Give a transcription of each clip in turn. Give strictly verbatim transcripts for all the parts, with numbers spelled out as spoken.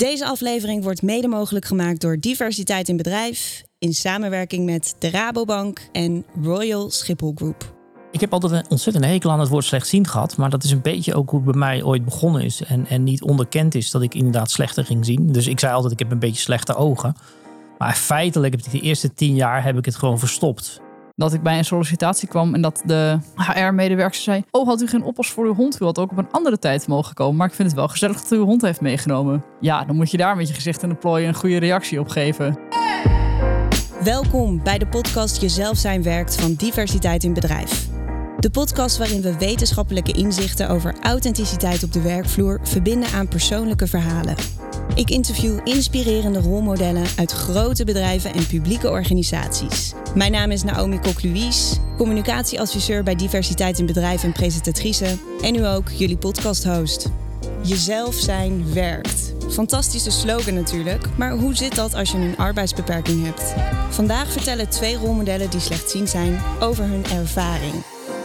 Deze aflevering wordt mede mogelijk gemaakt door Diversiteit in Bedrijf in samenwerking met de Rabobank en Royal Schiphol Group. Ik heb altijd een ontzettend hekel aan het woord slechtziend gehad. Maar dat is een beetje ook hoe het bij mij ooit begonnen is. En, en niet onderkend is dat ik inderdaad slechter ging zien. Dus ik zei altijd, ik heb een beetje slechte ogen. Maar feitelijk, heb ik de eerste tien jaar heb ik het gewoon verstopt. Dat ik bij een sollicitatie kwam en dat de H R-medewerker zei... oh, had u geen oppas voor uw hond? U had ook op een andere tijd mogen komen. Maar ik vind het wel gezellig dat u uw hond heeft meegenomen. Ja, dan moet je daar met je gezicht in de plooi een goede reactie op geven. Welkom bij de podcast Jezelf zijn werkt van Diversiteit in Bedrijf. De podcast waarin we wetenschappelijke inzichten over authenticiteit op de werkvloer verbinden aan persoonlijke verhalen. Ik interview inspirerende rolmodellen uit grote bedrijven en publieke organisaties. Mijn naam is Naomi Kok-Louise, communicatieadviseur bij Diversiteit in Bedrijf en presentatrice. En nu ook jullie podcasthost. Jezelf zijn werkt. Fantastische slogan natuurlijk, maar hoe zit dat als je een arbeidsbeperking hebt? Vandaag vertellen twee rolmodellen die slechtziend zijn over hun ervaring.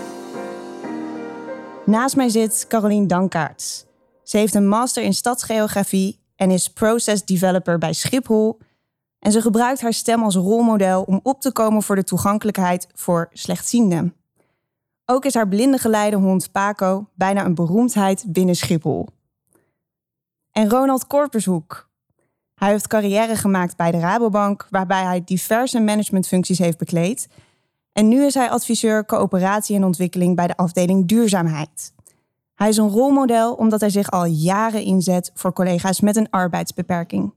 Naast mij zit Carolien Dankaerts. Ze heeft een master in stadsgeografie en is process developer bij Schiphol. En ze gebruikt haar stem als rolmodel om op te komen voor de toegankelijkheid voor slechtzienden. Ook is haar blinde geleidehond Paco bijna een beroemdheid binnen Schiphol. En Ronald Korpershoek. Hij heeft carrière gemaakt bij de Rabobank, waarbij hij diverse managementfuncties heeft bekleed. En nu is hij adviseur coöperatie en ontwikkeling bij de afdeling duurzaamheid. Hij is een rolmodel omdat hij zich al jaren inzet voor collega's met een arbeidsbeperking.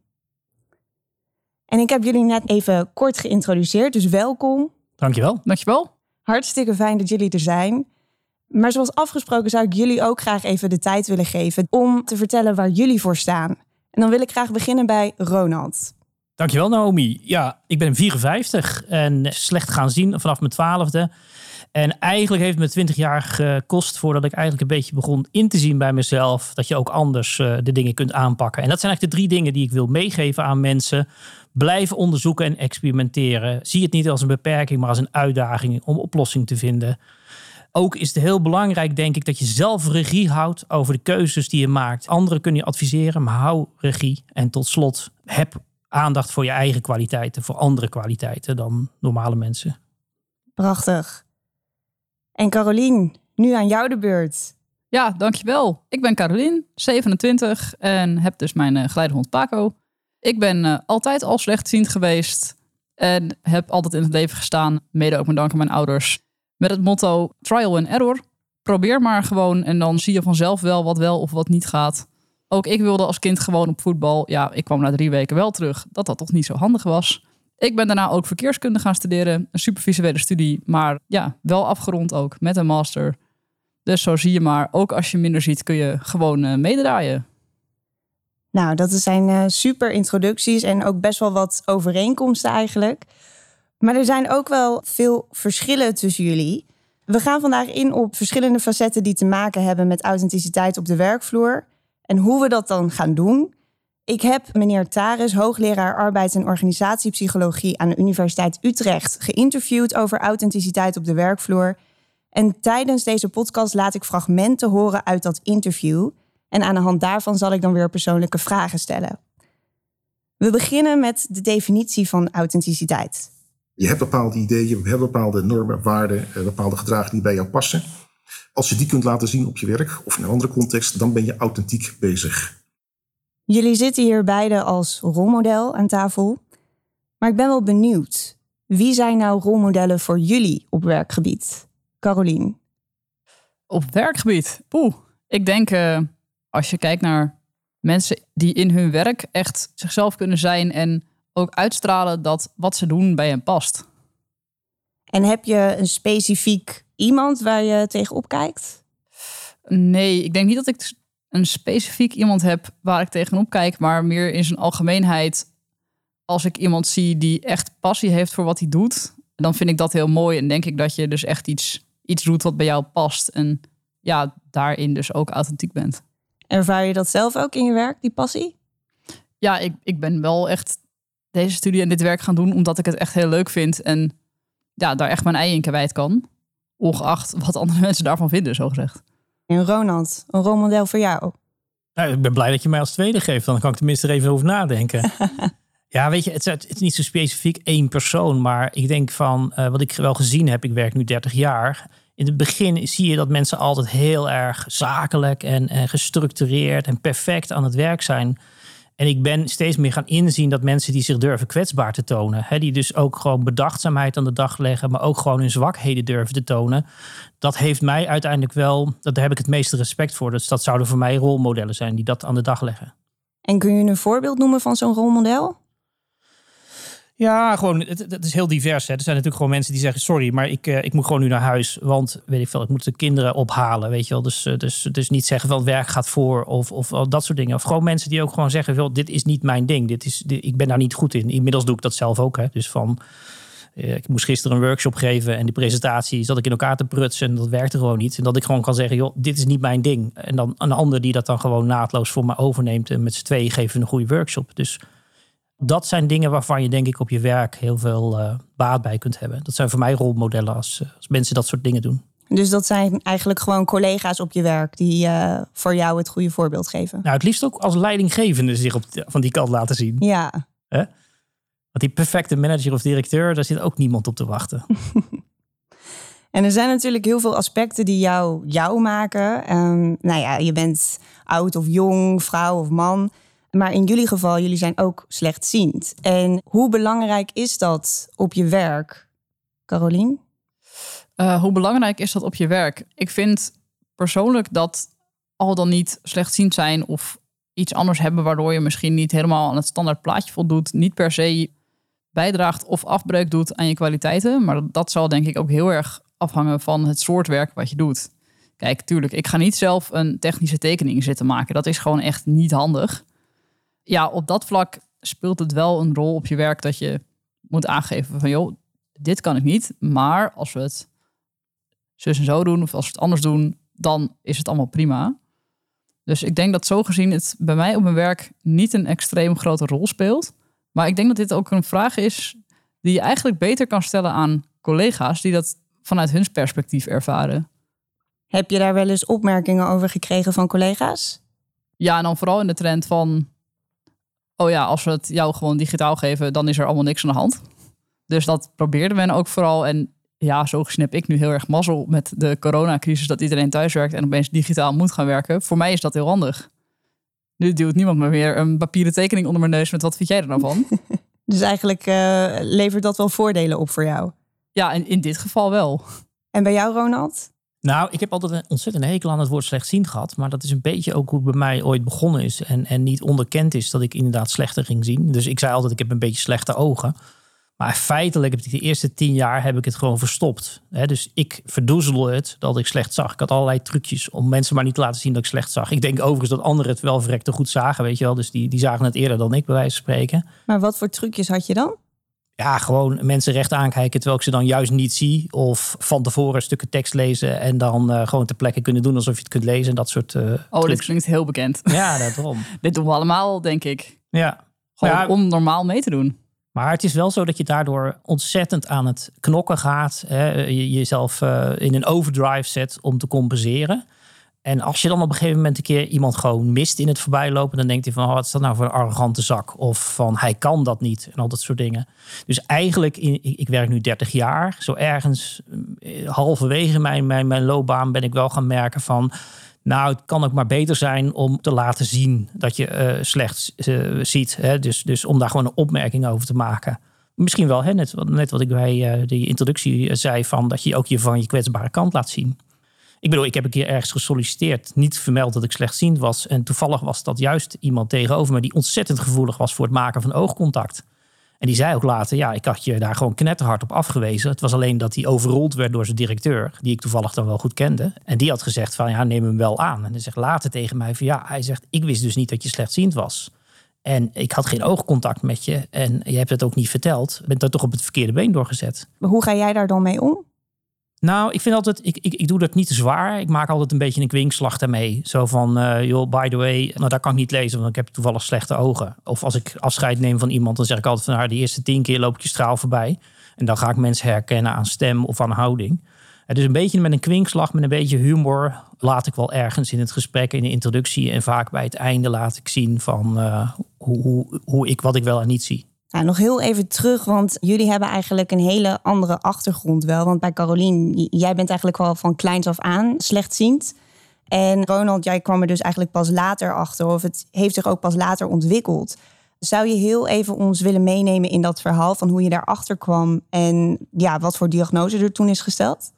En ik heb jullie net even kort geïntroduceerd, dus welkom. Dankjewel. Dankjewel. Hartstikke fijn dat jullie er zijn. Maar zoals afgesproken zou ik jullie ook graag even de tijd willen geven om te vertellen waar jullie voor staan. En dan wil ik graag beginnen bij Ronald. Dankjewel Naomi. Ja, ik ben vierenvijftig en slecht gaan zien vanaf mijn twaalfde. En eigenlijk heeft het me twintig jaar gekost voordat ik eigenlijk een beetje begon in te zien bij mezelf. Dat je ook anders uh, de dingen kunt aanpakken. En dat zijn eigenlijk de drie dingen die ik wil meegeven aan mensen. Blijf onderzoeken en experimenteren. Zie het niet als een beperking, maar als een uitdaging om oplossing te vinden. Ook is het heel belangrijk, denk ik, dat je zelf regie houdt over de keuzes die je maakt. Anderen kunnen je adviseren, maar hou regie. En tot slot, heb aandacht voor je eigen kwaliteiten, voor andere kwaliteiten dan normale mensen. Prachtig. En Carolien, nu aan jou de beurt. Ja, dankjewel. Ik ben Carolien, zevenentwintig en heb dus mijn uh, geleidehond Paco. Ik ben uh, altijd al slechtziend geweest en heb altijd in het leven gestaan, mede ook met dank aan mijn ouders, met het motto trial and error. Probeer maar gewoon en dan zie je vanzelf wel wat wel of wat niet gaat. Ook ik wilde als kind gewoon op voetbal. Ja, ik kwam na drie weken wel terug dat dat toch niet zo handig was. Ik ben daarna ook verkeerskunde gaan studeren. Een supervisuele studie, maar ja, wel afgerond ook met een master. Dus zo zie je maar, ook als je minder ziet kun je gewoon uh, meedraaien. Nou, dat zijn uh, super introducties en ook best wel wat overeenkomsten eigenlijk. Maar er zijn ook wel veel verschillen tussen jullie. We gaan vandaag in op verschillende facetten die te maken hebben met authenticiteit op de werkvloer. En hoe we dat dan gaan doen. Ik heb meneer Taris, hoogleraar arbeids- en organisatiepsychologie aan de Universiteit Utrecht, geïnterviewd over authenticiteit op de werkvloer. En tijdens deze podcast laat ik fragmenten horen uit dat interview. En aan de hand daarvan zal ik dan weer persoonlijke vragen stellen. We beginnen met de definitie van authenticiteit. Je hebt bepaalde ideeën, je hebt bepaalde normen, waarden, bepaalde gedragingen die bij jou passen. Als je die kunt laten zien op je werk of in een andere context, dan ben je authentiek bezig. Jullie zitten hier beide als rolmodel aan tafel. Maar ik ben wel benieuwd. Wie zijn nou rolmodellen voor jullie op werkgebied? Carolien. Op werkgebied? Oeh, ik denk uh, als je kijkt naar mensen die in hun werk echt zichzelf kunnen zijn en ook uitstralen dat wat ze doen bij hen past. En heb je een specifiek iemand waar je tegenop kijkt? Nee, ik denk niet dat ik een specifiek iemand heb waar ik tegenop kijk, maar meer in zijn algemeenheid. Als ik iemand zie die echt passie heeft voor wat hij doet, dan vind ik dat heel mooi en denk ik dat je dus echt iets, iets doet wat bij jou past en ja, daarin dus ook authentiek bent. Ervaar je dat zelf ook in je werk, die passie? Ja, ik, ik ben wel echt deze studie en dit werk gaan doen omdat ik het echt heel leuk vind en ja, daar echt mijn ei in kwijt kan. Ongeacht wat andere mensen daarvan vinden, zogezegd. En Ronald, een rolmodel voor jou? Nou, ik ben blij dat je mij als tweede geeft. Dan kan ik tenminste er even over nadenken. Ja, weet je, het is, het is niet zo specifiek één persoon. Maar ik denk van, uh, wat ik wel gezien heb, ik werk nu dertig jaar. In het begin zie je dat mensen altijd heel erg zakelijk en, en gestructureerd en perfect aan het werk zijn. En ik ben steeds meer gaan inzien dat mensen die zich durven kwetsbaar te tonen, hè, die dus ook gewoon bedachtzaamheid aan de dag leggen, maar ook gewoon hun zwakheden durven te tonen. Dat heeft mij uiteindelijk wel, dat, daar heb ik het meeste respect voor. Dus dat zouden voor mij rolmodellen zijn die dat aan de dag leggen. En kun je een voorbeeld noemen van zo'n rolmodel? Ja, gewoon, het, het is heel divers. Hè. Er zijn natuurlijk gewoon mensen die zeggen, sorry, maar ik, uh, ik moet gewoon nu naar huis. Want, weet ik veel, ik moet de kinderen ophalen, weet je wel. Dus, uh, dus, dus niet zeggen van werk gaat voor of, of uh, dat soort dingen. Of gewoon mensen die ook gewoon zeggen, wel, dit is niet mijn ding. Dit is, dit, ik ben daar niet goed in. Inmiddels doe ik dat zelf ook. Hè. Dus van, uh, ik moest gisteren een workshop geven en die presentatie zat ik in elkaar te prutsen en dat werkte gewoon niet. En dat ik gewoon kan zeggen, joh, dit is niet mijn ding. En dan een ander die dat dan gewoon naadloos voor me overneemt en met z'n tweeën geven we een goede workshop. Dus dat zijn dingen waarvan je denk ik op je werk heel veel uh, baat bij kunt hebben. Dat zijn voor mij rolmodellen als, als mensen dat soort dingen doen. Dus dat zijn eigenlijk gewoon collega's op je werk die uh, voor jou het goede voorbeeld geven? Nou, het liefst ook als leidinggevende zich op de, van die kant laten zien. Ja. Hè? Want die perfecte manager of directeur, daar zit ook niemand op te wachten. En er zijn natuurlijk heel veel aspecten die jou jou maken. Um, nou ja, je bent oud of jong, vrouw of man. Maar in jullie geval, jullie zijn ook slechtziend. En hoe belangrijk is dat op je werk, Carolien? Uh, hoe belangrijk is dat op je werk? Ik vind persoonlijk dat al dan niet slechtziend zijn of iets anders hebben waardoor je misschien niet helemaal aan het standaard plaatje voldoet, niet per se bijdraagt of afbreuk doet aan je kwaliteiten. Maar dat zal denk ik ook heel erg afhangen van het soort werk wat je doet. Kijk, tuurlijk, ik ga niet zelf een technische tekening zitten maken. Dat is gewoon echt niet handig. Ja, op dat vlak speelt het wel een rol op je werk dat je moet aangeven van, joh, dit kan ik niet. Maar als we het zus en zo doen of als we het anders doen, dan is het allemaal prima. Dus ik denk dat zo gezien het bij mij op mijn werk niet een extreem grote rol speelt. Maar ik denk dat dit ook een vraag is die je eigenlijk beter kan stellen aan collega's die dat vanuit hun perspectief ervaren. Heb je daar wel eens opmerkingen over gekregen van collega's? Ja, en dan vooral in de trend van, oh ja, als we het jou gewoon digitaal geven, dan is er allemaal niks aan de hand. Dus dat probeerde men ook vooral. En ja, zo gezien heb ik nu heel erg mazzel met de coronacrisis dat iedereen thuis werkt en opeens digitaal moet gaan werken. Voor mij is dat heel handig. Nu duwt niemand me meer een papieren tekening onder mijn neus met wat vind jij er nou van? Dus eigenlijk uh, levert dat wel voordelen op voor jou? Ja, in, in dit geval wel. En bij jou, Ronald? Nou, ik heb altijd een ontzettend hekel aan het woord slechtziend gehad. Maar dat is een beetje ook hoe het bij mij ooit begonnen is. En, en niet onderkend is dat ik inderdaad slechter ging zien. Dus ik zei altijd, ik heb een beetje slechte ogen. Maar feitelijk heb ik de eerste tien jaar heb ik het gewoon verstopt. He, dus ik verdoezelde het dat ik slecht zag. Ik had allerlei trucjes om mensen maar niet te laten zien dat ik slecht zag. Ik denk overigens dat anderen het wel verrekte goed zagen, weet je wel. Dus die, die zagen het eerder dan ik, bij wijze van spreken. Maar wat voor trucjes had je dan? Ja, gewoon mensen recht aankijken terwijl ik ze dan juist niet zie. Of van tevoren stukken tekst lezen en dan uh, gewoon ter plekke kunnen doen alsof je het kunt lezen. En dat soort uh, Oh, trucs. Dit klinkt heel bekend. Ja, daarom. Dit doen we allemaal, denk ik. Ja. Gewoon ja, om normaal mee te doen. Maar het is wel zo dat je daardoor ontzettend aan het knokken gaat. Hè, je, jezelf uh, in een overdrive zet om te compenseren. En als je dan op een gegeven moment een keer iemand gewoon mist in het voorbijlopen, dan denkt hij van, oh, wat is dat nou voor een arrogante zak? Of van, hij kan dat niet en al dat soort dingen. Dus eigenlijk, in, ik werk nu dertig jaar. Zo ergens halverwege mijn, mijn, mijn loopbaan ben ik wel gaan merken van, nou, het kan ook maar beter zijn om te laten zien dat je uh, slecht uh, ziet. Hè? Dus, dus om daar gewoon een opmerking over te maken. Misschien wel, hè? Net, net wat ik bij uh, die introductie zei, van dat je ook je van je kwetsbare kant laat zien. Ik bedoel, ik heb een keer ergens gesolliciteerd, niet vermeld dat ik slechtziend was. En toevallig was dat juist iemand tegenover me die ontzettend gevoelig was voor het maken van oogcontact. En die zei ook later, ja, ik had je daar gewoon knetterhard op afgewezen. Het was alleen dat hij overrold werd door zijn directeur, die ik toevallig dan wel goed kende. En die had gezegd van, ja, neem hem wel aan. En hij zegt later tegen mij van, ja, hij zegt, ik wist dus niet dat je slechtziend was. En ik had geen oogcontact met je en je hebt het ook niet verteld. Je bent daar toch op het verkeerde been doorgezet. Maar hoe ga jij daar dan mee om? Nou, ik vind altijd, ik, ik, ik doe dat niet te zwaar. Ik maak altijd een beetje een kwinkslag daarmee. Zo van, uh, joh, by the way, nou, daar kan ik niet lezen, want ik heb toevallig slechte ogen. Of als ik afscheid neem van iemand, dan zeg ik altijd van, nou, de eerste tien keer loop ik je straal voorbij. En dan ga ik mensen herkennen aan stem of aan houding. Dus een beetje met een kwinkslag, met een beetje humor laat ik wel ergens in het gesprek, in de introductie en vaak bij het einde laat ik zien van uh, hoe, hoe, hoe ik wat ik wel en niet zie. Nou, nog heel even terug, want jullie hebben eigenlijk een hele andere achtergrond wel. Want bij Carolien, jij bent eigenlijk wel van kleins af aan slechtziend. En Ronald, jij kwam er dus eigenlijk pas later achter, of het heeft zich ook pas later ontwikkeld. Zou je heel even ons willen meenemen in dat verhaal van hoe je daarachter kwam en ja, wat voor diagnose er toen is gesteld?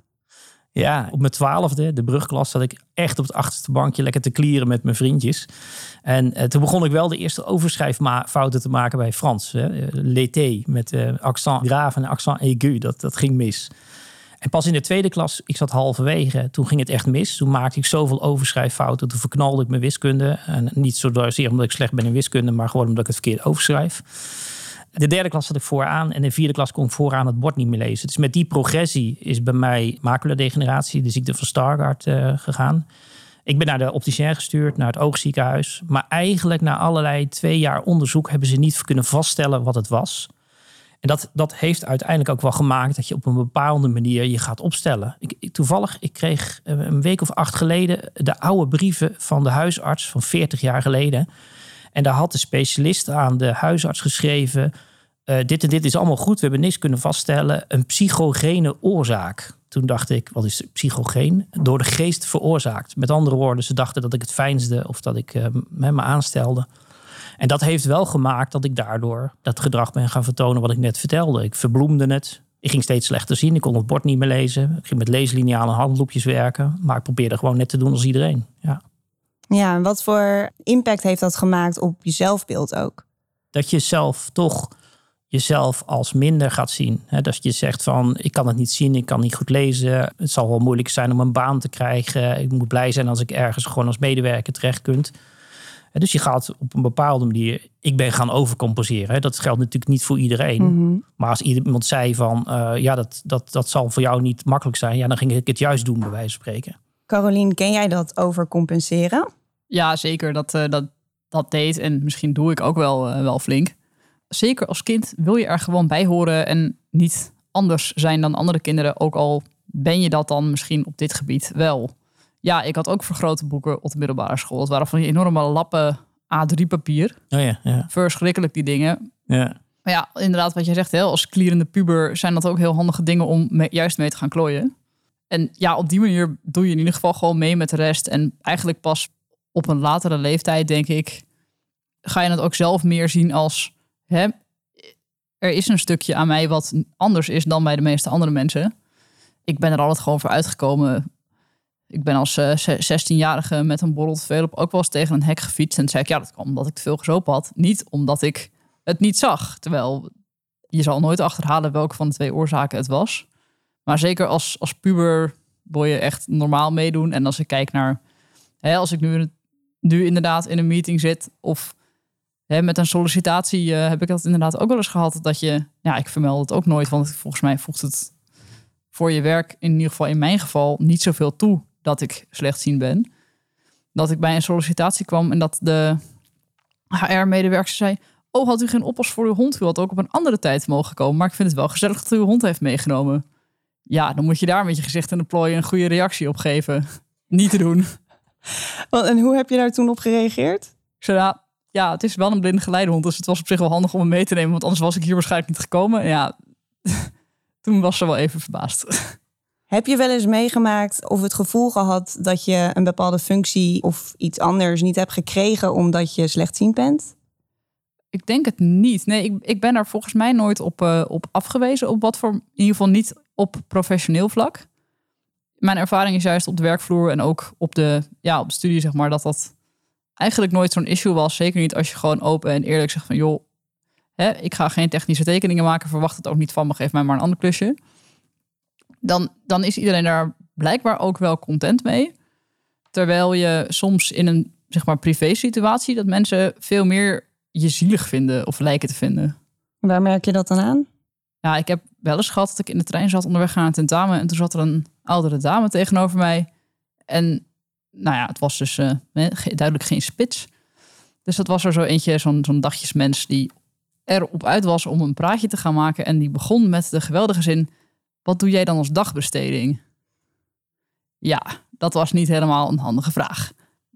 Ja, op mijn twaalfde, de brugklas, zat ik echt op het achterste bankje lekker te klieren met mijn vriendjes. En eh, toen begon ik wel de eerste overschrijffouten te maken bij Frans. Hè. L'été, met uh, accent grave en accent aigu, dat, dat ging mis. En pas in de tweede klas, ik zat halverwege, toen ging het echt mis. Toen maakte ik zoveel overschrijffouten, toen verknalde ik mijn wiskunde. En niet zozeer omdat ik slecht ben in wiskunde, maar gewoon omdat ik het verkeerd overschrijf. De derde klas zat ik vooraan en de vierde klas kon ik vooraan het bord niet meer lezen. Dus met die progressie is bij mij maculadegeneratie, de ziekte van Stargardt, uh, gegaan. Ik ben naar de opticien gestuurd, naar het oogziekenhuis. Maar eigenlijk na allerlei twee jaar onderzoek hebben ze niet kunnen vaststellen wat het was. En dat, dat heeft uiteindelijk ook wel gemaakt dat je op een bepaalde manier je gaat opstellen. Ik, ik, toevallig, ik kreeg een week of acht geleden de oude brieven van de huisarts van veertig jaar geleden. En daar had de specialist aan de huisarts geschreven, Uh, dit en dit is allemaal goed, we hebben niks kunnen vaststellen. Een psychogene oorzaak. Toen dacht ik, wat is psychogeen? Door de geest veroorzaakt. Met andere woorden, ze dachten dat ik het veinsde of dat ik uh, me aanstelde. En dat heeft wel gemaakt dat ik daardoor dat gedrag ben gaan vertonen wat ik net vertelde. Ik verbloemde het. Ik ging steeds slechter zien. Ik kon het bord niet meer lezen. Ik ging met leeslinealen en handloepjes werken. Maar ik probeerde gewoon net te doen als iedereen. Ja. Ja, en wat voor impact heeft dat gemaakt op je zelfbeeld ook? Dat je zelf toch jezelf als minder gaat zien. He, dat je zegt van, ik kan het niet zien, ik kan niet goed lezen. Het zal wel moeilijk zijn om een baan te krijgen. Ik moet blij zijn als ik ergens gewoon als medewerker terecht kunt. He, dus je gaat op een bepaalde manier, ik ben gaan overcompenseren. He, dat geldt natuurlijk niet voor iedereen. Mm-hmm. Maar als iemand zei van, uh, ja, dat, dat, dat zal voor jou niet makkelijk zijn. Ja, dan ging ik het juist doen, bij wijze van spreken. Carolien, ken jij dat overcompenseren? Ja, zeker. Dat, uh, dat, dat deed en misschien doe ik ook wel, uh, wel flink. Zeker als kind wil je er gewoon bij horen en niet anders zijn dan andere kinderen. Ook al ben je dat dan misschien op dit gebied wel. Ja, ik had ook vergrote boeken op de middelbare school. Het waren van die enorme lappen A drie papier. Oh ja, ja. Verschrikkelijk die dingen. Ja. Maar ja, inderdaad wat jij zegt, hè, als klierende puber zijn dat ook heel handige dingen om mee, juist mee te gaan klooien. En ja, op die manier doe je in ieder geval gewoon mee met de rest. En eigenlijk pas op een latere leeftijd, denk ik, ga je het ook zelf meer zien als, hè, er is een stukje aan mij wat anders is dan bij de meeste andere mensen. Ik ben er altijd gewoon voor uitgekomen. Ik ben als uh, zestienjarige met een borrel te veel op ook wel eens tegen een hek gefietst. En toen zei ik, ja, dat kwam omdat ik te veel gezopen had. Niet omdat ik het niet zag. Terwijl je zal nooit achterhalen welke van de twee oorzaken het was. Maar zeker als, als puber wil je echt normaal meedoen. En als ik kijk naar, hè, als ik nu, nu inderdaad in een meeting zit of hè, met een sollicitatie uh, heb ik dat inderdaad ook wel eens gehad. Dat je, ja, ik vermeld het ook nooit, want volgens mij voegt het voor je werk, in ieder geval in mijn geval, niet zoveel toe dat ik slechtziend ben. Dat ik bij een sollicitatie kwam en dat de H R-medewerker zei, oh, had u geen oppas voor uw hond? U had ook op een andere tijd mogen komen, maar ik vind het wel gezellig dat u uw hond heeft meegenomen. Ja, dan moet je daar met je gezicht en de plooi een goede reactie op geven. Niet te doen. En hoe heb je daar toen op gereageerd? Ik zei, ja, ja, het is wel een blinde geleidehond, dus het was op zich wel handig om hem mee te nemen, want anders was ik hier waarschijnlijk niet gekomen. Ja, toen was ze wel even verbaasd. Heb je wel eens meegemaakt of het gevoel gehad dat je een bepaalde functie of iets anders niet hebt gekregen omdat je slechtziend bent? Ik denk het niet. Nee, ik, ik ben daar volgens mij nooit op, uh, op afgewezen. Op wat voor, in ieder geval niet op professioneel vlak. Mijn ervaring is juist op de werkvloer en ook op de, ja, op de studie, zeg maar, dat dat eigenlijk nooit zo'n issue was. Zeker niet als je gewoon open en eerlijk zegt van, joh, hè, ik ga geen technische tekeningen maken, verwacht het ook niet van me, geef mij maar een ander klusje. Dan, dan is iedereen daar blijkbaar ook wel content mee. Terwijl je soms in een, zeg maar, privé situatie, dat mensen veel meer je zielig vinden of lijken te vinden. Waar merk je dat dan aan? Ja, ik heb wel eens gehad dat ik in de trein zat onderweg naar een tentamen en toen zat er een oudere dame tegenover mij. En nou ja, het was dus uh, duidelijk geen spits. Dus dat was er zo eentje, zo'n, zo'n dagjesmens die erop uit was om een praatje te gaan maken. En die begon met de geweldige zin, wat doe jij dan als dagbesteding? Ja, dat was niet helemaal een handige vraag.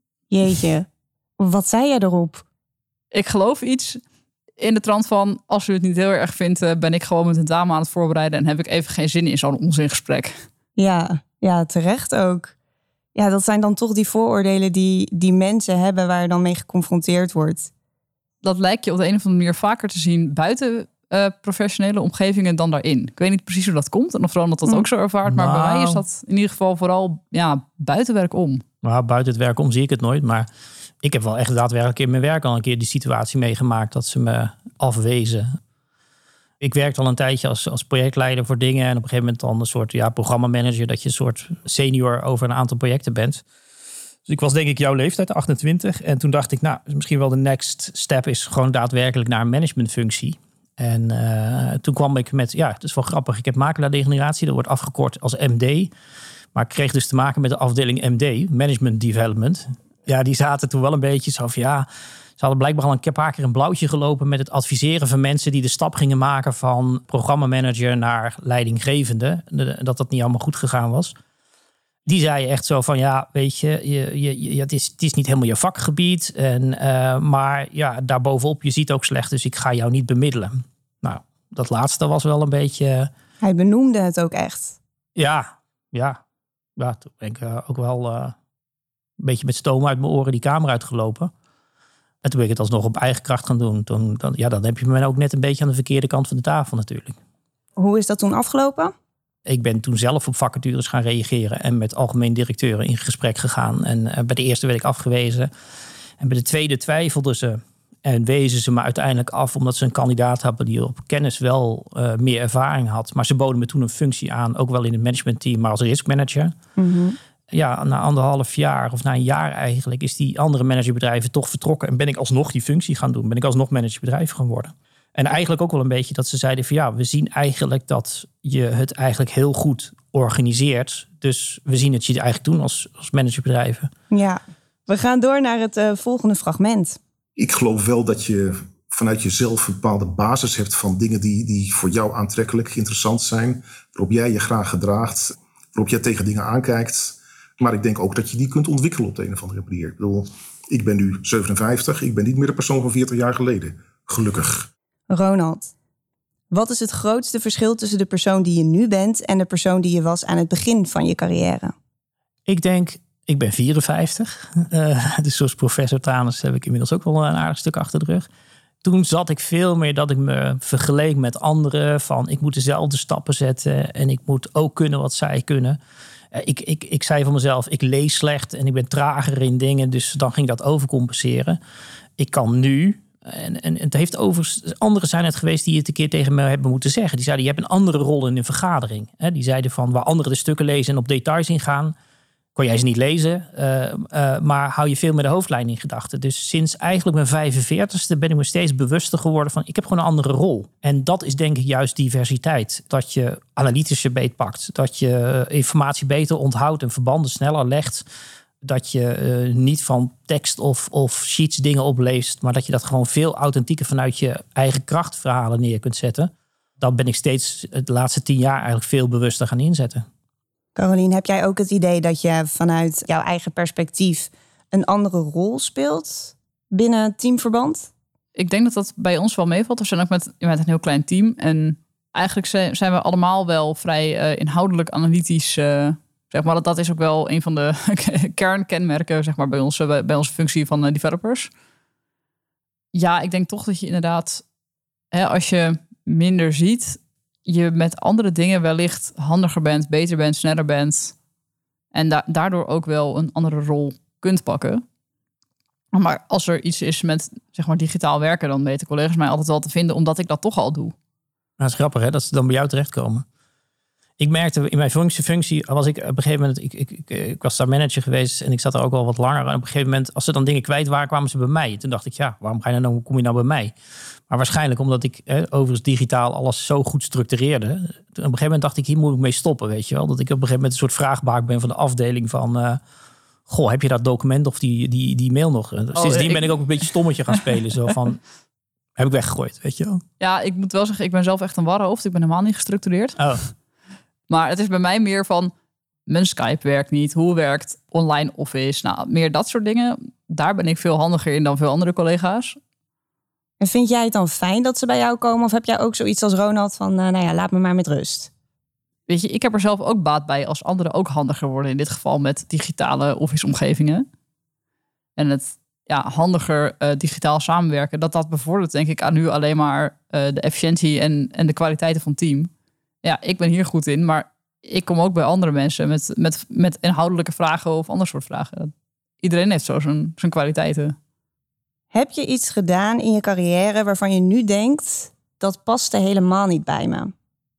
Jeetje, wat zei jij erop? Ik geloof iets in de trant van... als u het niet heel erg vindt, uh, ben ik gewoon mijn tentamen aan het voorbereiden... en heb ik even geen zin in zo'n onzingesprek. Ja, ja, terecht ook. Ja, dat zijn dan toch die vooroordelen die, die mensen hebben... waar je dan mee geconfronteerd wordt. Dat lijkt je op de een of andere manier vaker te zien... buiten uh, professionele omgevingen dan daarin. Ik weet niet precies hoe dat komt... en of Ronald dat ook zo ervaart... maar nou, bij mij is dat in ieder geval vooral ja, buitenwerk om. Nou, buiten het werk om zie ik het nooit, maar... ik heb wel echt daadwerkelijk in mijn werk al een keer die situatie meegemaakt... dat ze me afwezen. Ik werkte al een tijdje als, als projectleider voor dingen... en op een gegeven moment dan een soort ja, programmamanager... dat je een soort senior over een aantal projecten bent. Dus ik was denk ik jouw leeftijd, achtentwintig. En toen dacht ik, nou, misschien wel de next step... is gewoon daadwerkelijk naar een managementfunctie. En uh, toen kwam ik met, ja, het is wel grappig... ik heb makelaardegeneratie, dat wordt afgekort als M D... maar ik kreeg dus te maken met de afdeling M D, Management Development... Ja, die zaten toen wel een beetje zo van ja... ze hadden blijkbaar al een paar keer een blauwtje gelopen... met het adviseren van mensen die de stap gingen maken... van programmamanager naar leidinggevende. Dat dat niet allemaal goed gegaan was. Die zeiden echt zo van ja, weet je... je, je, je het, is, het is niet helemaal je vakgebied. En, uh, maar ja, daarbovenop, je ziet ook slecht... dus ik ga jou niet bemiddelen. Nou, dat laatste was wel een beetje... Hij benoemde het ook echt. Ja, ja. Ja, toen ben ik uh, ook wel... Uh, een beetje met stoom uit mijn oren die kamer uitgelopen. En toen ben ik het alsnog op eigen kracht gaan doen. Toen, dan, ja, dan heb je me ook net een beetje aan de verkeerde kant van de tafel natuurlijk. Hoe is dat toen afgelopen? Ik ben toen zelf op vacatures gaan reageren... en met algemeen directeuren in gesprek gegaan. En uh, bij de eerste werd ik afgewezen. En bij de tweede twijfelden ze. En wezen ze me uiteindelijk af... omdat ze een kandidaat hadden die op kennis wel uh, meer ervaring had. Maar ze boden me toen een functie aan. Ook wel in het managementteam, maar als riskmanager. Mm-hmm. Ja, na anderhalf jaar of na een jaar eigenlijk... is die andere managerbedrijven toch vertrokken... en ben ik alsnog die functie gaan doen. Ben ik alsnog managerbedrijf geworden. En eigenlijk ook wel een beetje dat ze zeiden van... ja, we zien eigenlijk dat je het eigenlijk heel goed organiseert. Dus we zien het je eigenlijk doen als, als managerbedrijven. Ja, we gaan door naar het uh, volgende fragment. Ik geloof wel dat je vanuit jezelf een bepaalde basis hebt... van dingen die, die voor jou aantrekkelijk, interessant zijn... waarop jij je graag gedraagt, waarop jij tegen dingen aankijkt... Maar ik denk ook dat je die kunt ontwikkelen op de een of andere manier. Ik bedoel, ik ben nu zevenenvijftig. Ik ben niet meer de persoon van veertig jaar geleden. Gelukkig. Ronald, wat is het grootste verschil tussen de persoon die je nu bent... en de persoon die je was aan het begin van je carrière? Ik denk, ik ben vierenvijftig. Uh, dus zoals professor Tanus heb ik inmiddels ook wel een aardig stuk achter de rug. Toen zat ik veel meer dat ik me vergeleek met anderen. Van ik moet dezelfde stappen zetten. En ik moet ook kunnen wat zij kunnen. Ik, ik, ik zei van mezelf, ik lees slecht en ik ben trager in dingen. Dus dan ging dat overcompenseren. Ik kan nu, en, en het heeft overigens, anderen zijn het geweest die het een keer tegen me hebben moeten zeggen. Die zeiden, je hebt een andere rol in een vergadering. Die zeiden van, waar anderen de stukken lezen en op details ingaan, kon jij ze niet lezen, uh, uh, maar hou je veel meer de hoofdlijn in gedachten. Dus sinds eigenlijk mijn vijfenveertigste ben ik me steeds bewuster geworden van... ik heb gewoon een andere rol. En dat is denk ik juist diversiteit. Dat je analytische beetpakt. Dat je informatie beter onthoudt en verbanden sneller legt. Dat je uh, niet van tekst of, of sheets dingen opleest... maar dat je dat gewoon veel authentieker vanuit je eigen krachtverhalen neer kunt zetten. Dat ben ik steeds de laatste tien jaar eigenlijk veel bewuster gaan inzetten. Carolien, heb jij ook het idee dat je vanuit jouw eigen perspectief een andere rol speelt binnen teamverband? Ik denk dat dat bij ons wel meevalt. We zijn ook met, met een heel klein team. En eigenlijk zijn we allemaal wel vrij uh, inhoudelijk analytisch. Uh, zeg maar, dat, dat is ook wel een van de kernkenmerken zeg maar, bij, ons, bij, bij onze functie van uh, developers. Ja, ik denk toch dat je inderdaad, hè, als je minder ziet, je met andere dingen wellicht handiger bent, beter bent, sneller bent. En da- daardoor ook wel een andere rol kunt pakken. Maar als er iets is met zeg maar digitaal werken, dan weten collega's mij altijd wel te vinden, omdat ik dat toch al doe. Dat is grappig, hè? Dat ze dan bij jou terechtkomen. Ik merkte in mijn functie, functie was ik op een gegeven moment, ik, ik, ik, ik was daar manager geweest en ik zat er ook al wat langer. En op een gegeven moment, als ze dan dingen kwijt waren, kwamen ze bij mij. Toen dacht ik, ja, waarom ga je nou, kom je nou bij mij? Maar waarschijnlijk omdat ik eh, overigens digitaal alles zo goed structureerde. Toen op een gegeven moment dacht ik, hier moet ik mee stoppen, weet je wel. Dat ik op een gegeven moment een soort vraagbaak ben van de afdeling van, uh, goh, heb je dat document of die, die, die mail nog? Oh, Sindsdien ik... ben ik ook een beetje stommetje gaan spelen, zo van, heb ik weggegooid, weet je wel. Ja, ik moet wel zeggen, ik ben zelf echt een warhoofd. Ik ben helemaal niet gestructureerd. Oh. Maar het is bij mij meer van, mijn Skype werkt niet. Hoe werkt online office? Nou, meer dat soort dingen. Daar ben ik veel handiger in dan veel andere collega's. En vind jij het dan fijn dat ze bij jou komen? Of heb jij ook zoiets als Ronald van, uh, nou ja, laat me maar met rust? Weet je, ik heb er zelf ook baat bij als anderen ook handiger worden. In dit geval met digitale office-omgevingen. En het ja, handiger uh, digitaal samenwerken. Dat dat bevordert denk ik aan nu alleen maar uh, de efficiëntie en, en de kwaliteiten van het team. Ja, ik ben hier goed in, maar ik kom ook bij andere mensen met, met, met inhoudelijke vragen of ander soort vragen. Iedereen heeft zo zijn, zijn kwaliteiten. Heb je iets gedaan in je carrière waarvan je nu denkt, dat paste helemaal niet bij me? En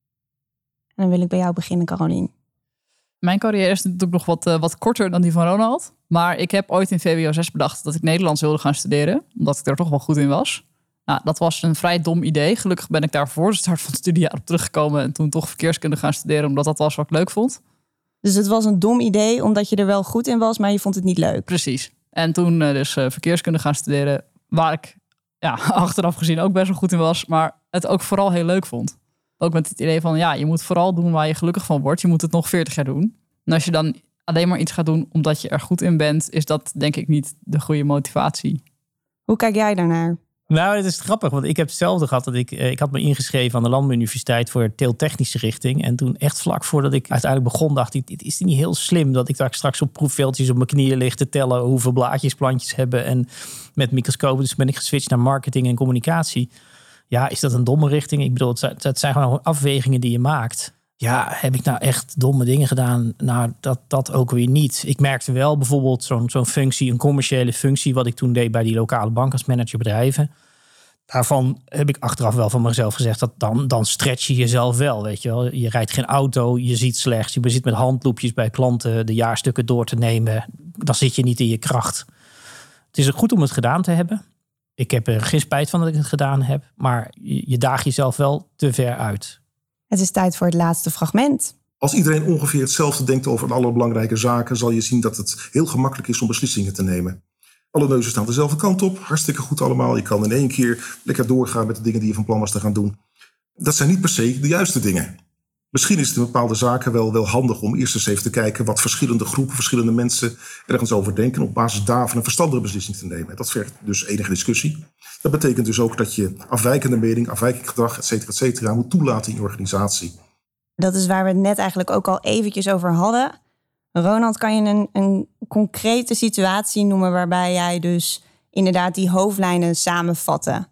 dan wil ik bij jou beginnen, Carolien. Mijn carrière is natuurlijk nog wat, uh, wat korter dan die van Ronald. Maar ik heb ooit in V W O zes bedacht dat ik Nederlands wilde gaan studeren. Omdat ik er toch wel goed in was. Nou, dat was een vrij dom idee. Gelukkig ben ik daar voor de start van het studiejaar op teruggekomen. En toen toch verkeerskunde gaan studeren, omdat dat was wat ik leuk vond. Dus het was een dom idee, omdat je er wel goed in was, maar je vond het niet leuk. Precies. En toen uh, dus uh, verkeerskunde gaan studeren, waar ik ja, achteraf gezien ook best wel goed in was. Maar het ook vooral heel leuk vond. Ook met het idee van, ja, je moet vooral doen waar je gelukkig van wordt. Je moet het nog veertig jaar doen. En als je dan alleen maar iets gaat doen omdat je er goed in bent, is dat denk ik niet de goede motivatie. Hoe kijk jij daarnaar? Nou, het is grappig, want ik heb hetzelfde gehad. Dat ik, ik had me ingeschreven aan de Landbouwuniversiteit voor teeltechnische richting. En toen echt vlak voordat ik uiteindelijk begon, dacht ik, dit is niet heel slim dat ik daar straks op proefveldjes op mijn knieën lig te tellen hoeveel blaadjes plantjes hebben. En met microscopen, dus ben ik geswitcht naar marketing en communicatie. Ja, is dat een domme richting? Ik bedoel, het, het zijn gewoon afwegingen die je maakt. Ja, heb ik nou echt domme dingen gedaan? Nou, dat, dat ook weer niet. Ik merkte wel bijvoorbeeld zo'n, zo'n functie, een commerciële functie, wat ik toen deed bij die lokale bank als manager bedrijven. Daarvan heb ik achteraf wel van mezelf gezegd, dat dan, dan stretch je jezelf wel, weet je wel. Je rijdt geen auto, je ziet slechts, je zit met handloepjes bij klanten de jaarstukken door te nemen. Dan zit je niet in je kracht. Het is goed om het gedaan te hebben. Ik heb er geen spijt van dat ik het gedaan heb, maar je, je daagt jezelf wel te ver uit. Het is tijd voor het laatste fragment. Als iedereen ongeveer hetzelfde denkt over alle belangrijke zaken, zal je zien dat het heel gemakkelijk is om beslissingen te nemen. Alle neuzen staan dezelfde kant op, hartstikke goed allemaal. Je kan in één keer lekker doorgaan met de dingen die je van plan was te gaan doen. Dat zijn niet per se de juiste dingen. Misschien is het in bepaalde zaken wel, wel handig om eerst eens even te kijken wat verschillende groepen, verschillende mensen ergens over denken. Op basis daarvan een verstandige beslissing te nemen. Dat vergt dus enige discussie. Dat betekent dus ook dat je afwijkende mening, afwijkend gedrag, et cetera, et cetera, moet toelaten in je organisatie. Dat is waar we het net eigenlijk ook al eventjes over hadden. Ronald, kan je een, een concrete situatie noemen waarbij jij dus inderdaad die hoofdlijnen samenvatte?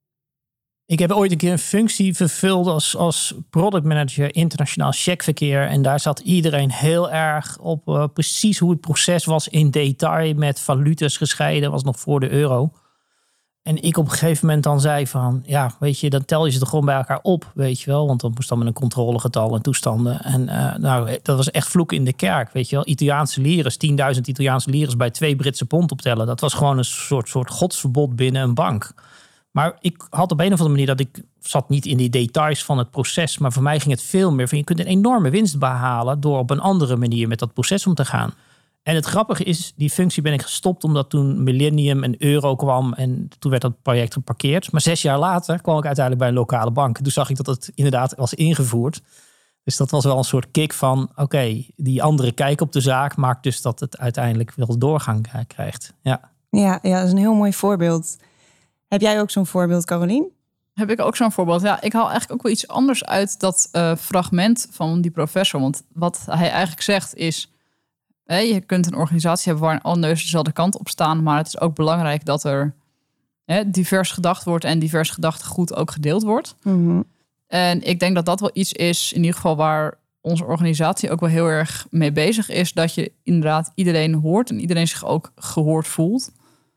Ik heb ooit een keer een functie vervuld als, als product manager internationaal checkverkeer. En daar zat iedereen heel erg op uh, precies hoe het proces was in detail met valuta's gescheiden. Was nog voor de euro. En ik op een gegeven moment dan zei van, ja, weet je, dan tel je ze toch gewoon bij elkaar op, weet je wel. Want dan moest dan met een controlegetal en toestanden. En uh, nou, dat was echt vloek in de kerk, weet je wel. Italiaanse lires, tienduizend Italiaanse lires bij twee Britse pond optellen. Dat was gewoon een soort, soort godsverbod binnen een bank. Maar ik had op een of andere manier dat ik zat niet in die details van het proces. Maar voor mij ging het veel meer van, je kunt een enorme winst behalen door op een andere manier met dat proces om te gaan. En het grappige is, die functie ben ik gestopt omdat toen Millennium en Euro kwam en toen werd dat project geparkeerd. Maar zes jaar later kwam ik uiteindelijk bij een lokale bank. En toen zag ik dat het inderdaad was ingevoerd. Dus dat was wel een soort kick van, oké, okay, die andere kijk op de zaak maakt dus dat het uiteindelijk wel doorgang krijgt. Ja. Ja, ja, dat is een heel mooi voorbeeld. Heb jij ook zo'n voorbeeld, Carolien? Heb ik ook zo'n voorbeeld. Ja, ik haal eigenlijk ook wel iets anders uit dat uh, fragment van die professor. Want wat hij eigenlijk zegt is, hè, je kunt een organisatie hebben waar alle neuzen dezelfde kant op staan. Maar het is ook belangrijk dat er hè, divers gedacht wordt en divers gedachtegoed ook gedeeld wordt. Mm-hmm. En ik denk dat dat wel iets is, in ieder geval waar onze organisatie ook wel heel erg mee bezig is. Dat je inderdaad iedereen hoort en iedereen zich ook gehoord voelt.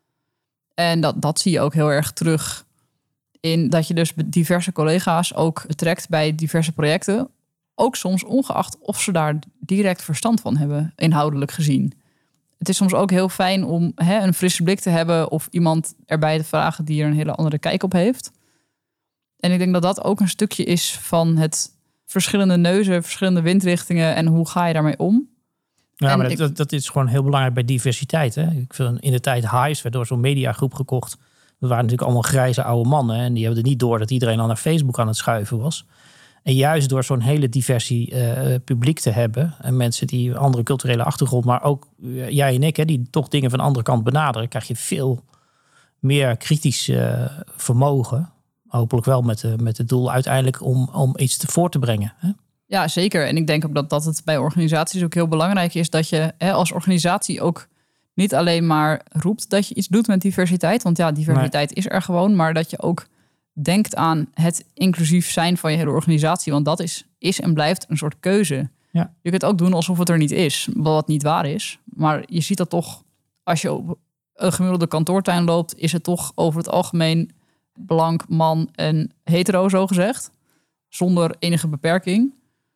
En dat, dat zie je ook heel erg terug in dat je dus diverse collega's ook betrekt bij diverse projecten. Ook soms ongeacht of ze daar direct verstand van hebben, inhoudelijk gezien. Het is soms ook heel fijn om hè, een frisse blik te hebben of iemand erbij te vragen die er een hele andere kijk op heeft. En ik denk dat dat ook een stukje is van het verschillende neuzen, verschillende windrichtingen en hoe ga je daarmee om. Ja, maar ik, dat, dat is gewoon heel belangrijk bij diversiteit. Hè? Ik vind in de tijd Hives werd door zo'n mediagroep gekocht. Dat waren natuurlijk allemaal grijze oude mannen. En die hebben er niet door dat iedereen al naar Facebook aan het schuiven was. En juist door zo'n hele diversie uh, publiek te hebben... en mensen die een andere culturele achtergrond... maar ook uh, jij en ik, hè, die toch dingen van de andere kant benaderen... krijg je veel meer kritisch uh, vermogen. Hopelijk wel met, uh, met het doel uiteindelijk om, om iets te voor te brengen. Hè? Ja, zeker. En ik denk ook dat, dat het bij organisaties ook heel belangrijk is... dat je hè, als organisatie ook niet alleen maar roept... dat je iets doet met diversiteit. Want ja, diversiteit nee. is er gewoon. Maar dat je ook denkt aan het inclusief zijn van je hele organisatie. Want dat is, is en blijft een soort keuze. Ja. Je kunt ook doen alsof het er niet is. Wat niet waar is. Maar je ziet dat toch... als je op een gemiddelde kantoortuin loopt... is het toch over het algemeen... blank, man en hetero, zo gezegd. Zonder enige beperking.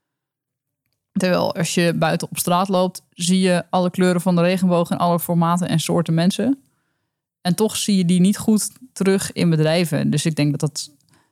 Terwijl als je buiten op straat loopt... zie je alle kleuren van de regenboog... en alle formaten en soorten mensen. En toch zie je die niet goed terug in bedrijven. Dus ik denk dat dat...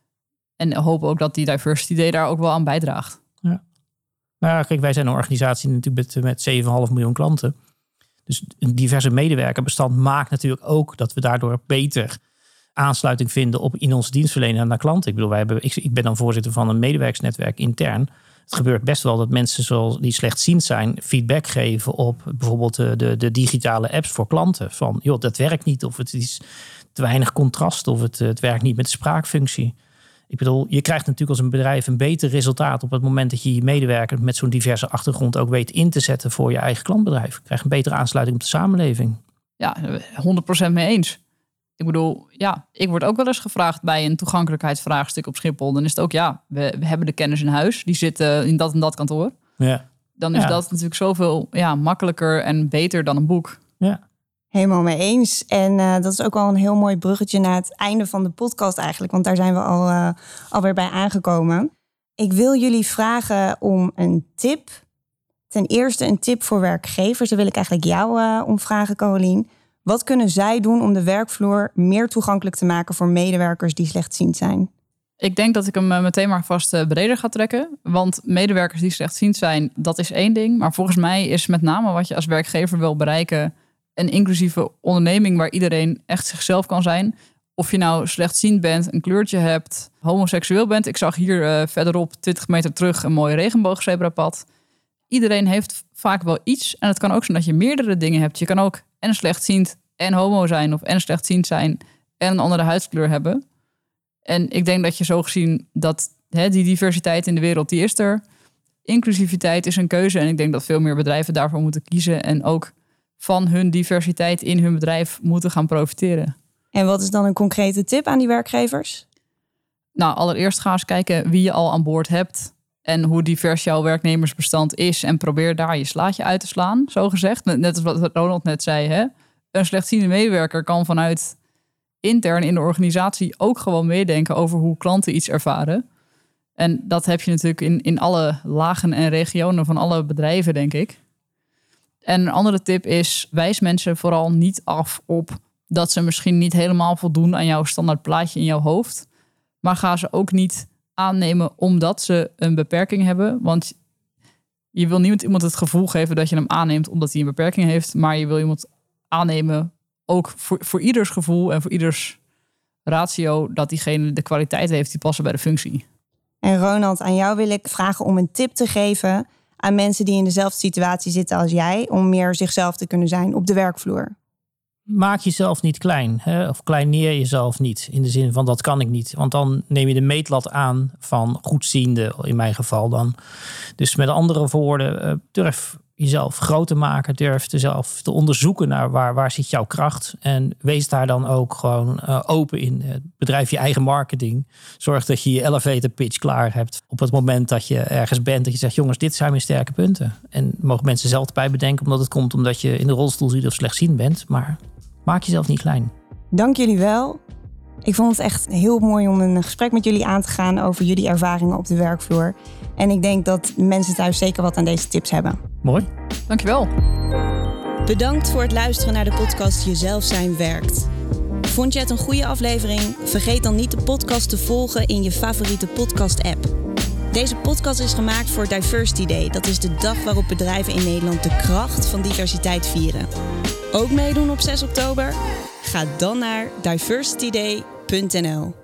en hoop ook dat die diversity day daar ook wel aan bijdraagt. Ja. Nou ja, kijk, wij zijn een organisatie natuurlijk met, met zeven komma vijf miljoen klanten. Dus een diverse medewerkerbestand maakt natuurlijk ook... dat we daardoor beter... aansluiting vinden op in onze dienstverlening naar klanten. Ik bedoel, wij hebben, ik, ik ben dan voorzitter van een medewerkersnetwerk intern. Het gebeurt best wel dat mensen zoals die slechtziend zijn feedback geven op bijvoorbeeld de, de, de digitale apps voor klanten. Van, joh, dat werkt niet, of het is te weinig contrast, of het, het werkt niet met de spraakfunctie. Ik bedoel, je krijgt natuurlijk als een bedrijf een beter resultaat op het moment dat je je medewerker met zo'n diverse achtergrond ook weet in te zetten voor je eigen klantbedrijf. Je krijgt een betere aansluiting op de samenleving. Ja, honderd procent mee eens. Ik bedoel, ja, ik word ook wel eens gevraagd bij een toegankelijkheidsvraagstuk op Schiphol. Dan is het ook, ja, we, we hebben de kennis in huis. Die zit uh, in dat en dat kantoor. Ja. Dan is ja. dat natuurlijk zoveel ja, makkelijker en beter dan een boek. Ja. Helemaal mee eens. En uh, dat is ook wel een heel mooi bruggetje naar het einde van de podcast eigenlijk. Want daar zijn we al uh, alweer bij aangekomen. Ik wil jullie vragen om een tip. Ten eerste een tip voor werkgevers. Daar wil ik eigenlijk jou uh, om vragen, Carolien. Wat kunnen zij doen om de werkvloer meer toegankelijk te maken voor medewerkers die slechtziend zijn? Ik denk dat ik hem meteen maar vast uh, breder ga trekken. Want medewerkers die slechtziend zijn, dat is één ding. Maar volgens mij is met name wat je als werkgever wil bereiken... een inclusieve onderneming waar iedereen echt zichzelf kan zijn. Of je nou slechtziend bent, een kleurtje hebt, homoseksueel bent. Ik zag hier uh, verderop twintig meter terug een mooi regenboogzebrapad. Iedereen heeft vaak wel iets. En het kan ook zijn dat je meerdere dingen hebt. Je kan ook en slechtziend en homo zijn of en slechtziend zijn en een andere huidskleur hebben. En ik denk dat je zo gezien dat hè, die diversiteit in de wereld, die is er. Inclusiviteit is een keuze en ik denk dat veel meer bedrijven daarvoor moeten kiezen en ook van hun diversiteit in hun bedrijf moeten gaan profiteren. En wat is dan een concrete tip aan die werkgevers? Nou, allereerst ga eens kijken wie je al aan boord hebt en hoe divers jouw werknemersbestand is en probeer daar je slaatje uit te slaan, zo gezegd. Net als wat Ronald net zei, hè? Een slechtziende medewerker kan vanuit intern in de organisatie ook gewoon meedenken over hoe klanten iets ervaren. En dat heb je natuurlijk in, in alle lagen en regionen van alle bedrijven, denk ik. En een andere tip is, wijs mensen vooral niet af op dat ze misschien niet helemaal voldoen aan jouw standaard plaatje in jouw hoofd. Maar ga ze ook niet aannemen omdat ze een beperking hebben. Want je wil niet iemand het gevoel geven dat je hem aanneemt omdat hij een beperking heeft. Maar je wil iemand aannemen, ook voor, voor ieders gevoel en voor ieders ratio, dat diegene de kwaliteit heeft die passen bij de functie. En Ronald, aan jou wil ik vragen om een tip te geven aan mensen die in dezelfde situatie zitten als jij, om meer zichzelf te kunnen zijn op de werkvloer. Maak jezelf niet klein, hè? Of kleineer jezelf niet. In de zin van dat kan ik niet. Want dan neem je de meetlat aan van goedziende, in mijn geval dan. Dus met andere woorden, durf jezelf groter maken. Durf jezelf te onderzoeken naar waar, waar zit jouw kracht. En wees daar dan ook gewoon uh, open in. Bedrijf je eigen marketing. Zorg dat je je elevator pitch klaar hebt. Op het moment dat je ergens bent, dat je zegt, jongens, dit zijn mijn sterke punten. En mogen mensen zelf erbij bedenken, omdat het komt omdat je in de rolstoel zit of slechtziend bent. Maar maak jezelf niet klein. Dank jullie wel. Ik vond het echt heel mooi om een gesprek met jullie aan te gaan over jullie ervaringen op de werkvloer. En ik denk dat mensen thuis zeker wat aan deze tips hebben. Mooi. Dankjewel. Bedankt voor het luisteren naar de podcast Jezelf zijn werkt. Vond je het een goede aflevering? Vergeet dan niet de podcast te volgen in je favoriete podcast-app. Deze podcast is gemaakt voor Diversity Day. Dat is de dag waarop bedrijven in Nederland de kracht van diversiteit vieren. Ook meedoen op zes oktober? Ga dan naar diversity day punt n l.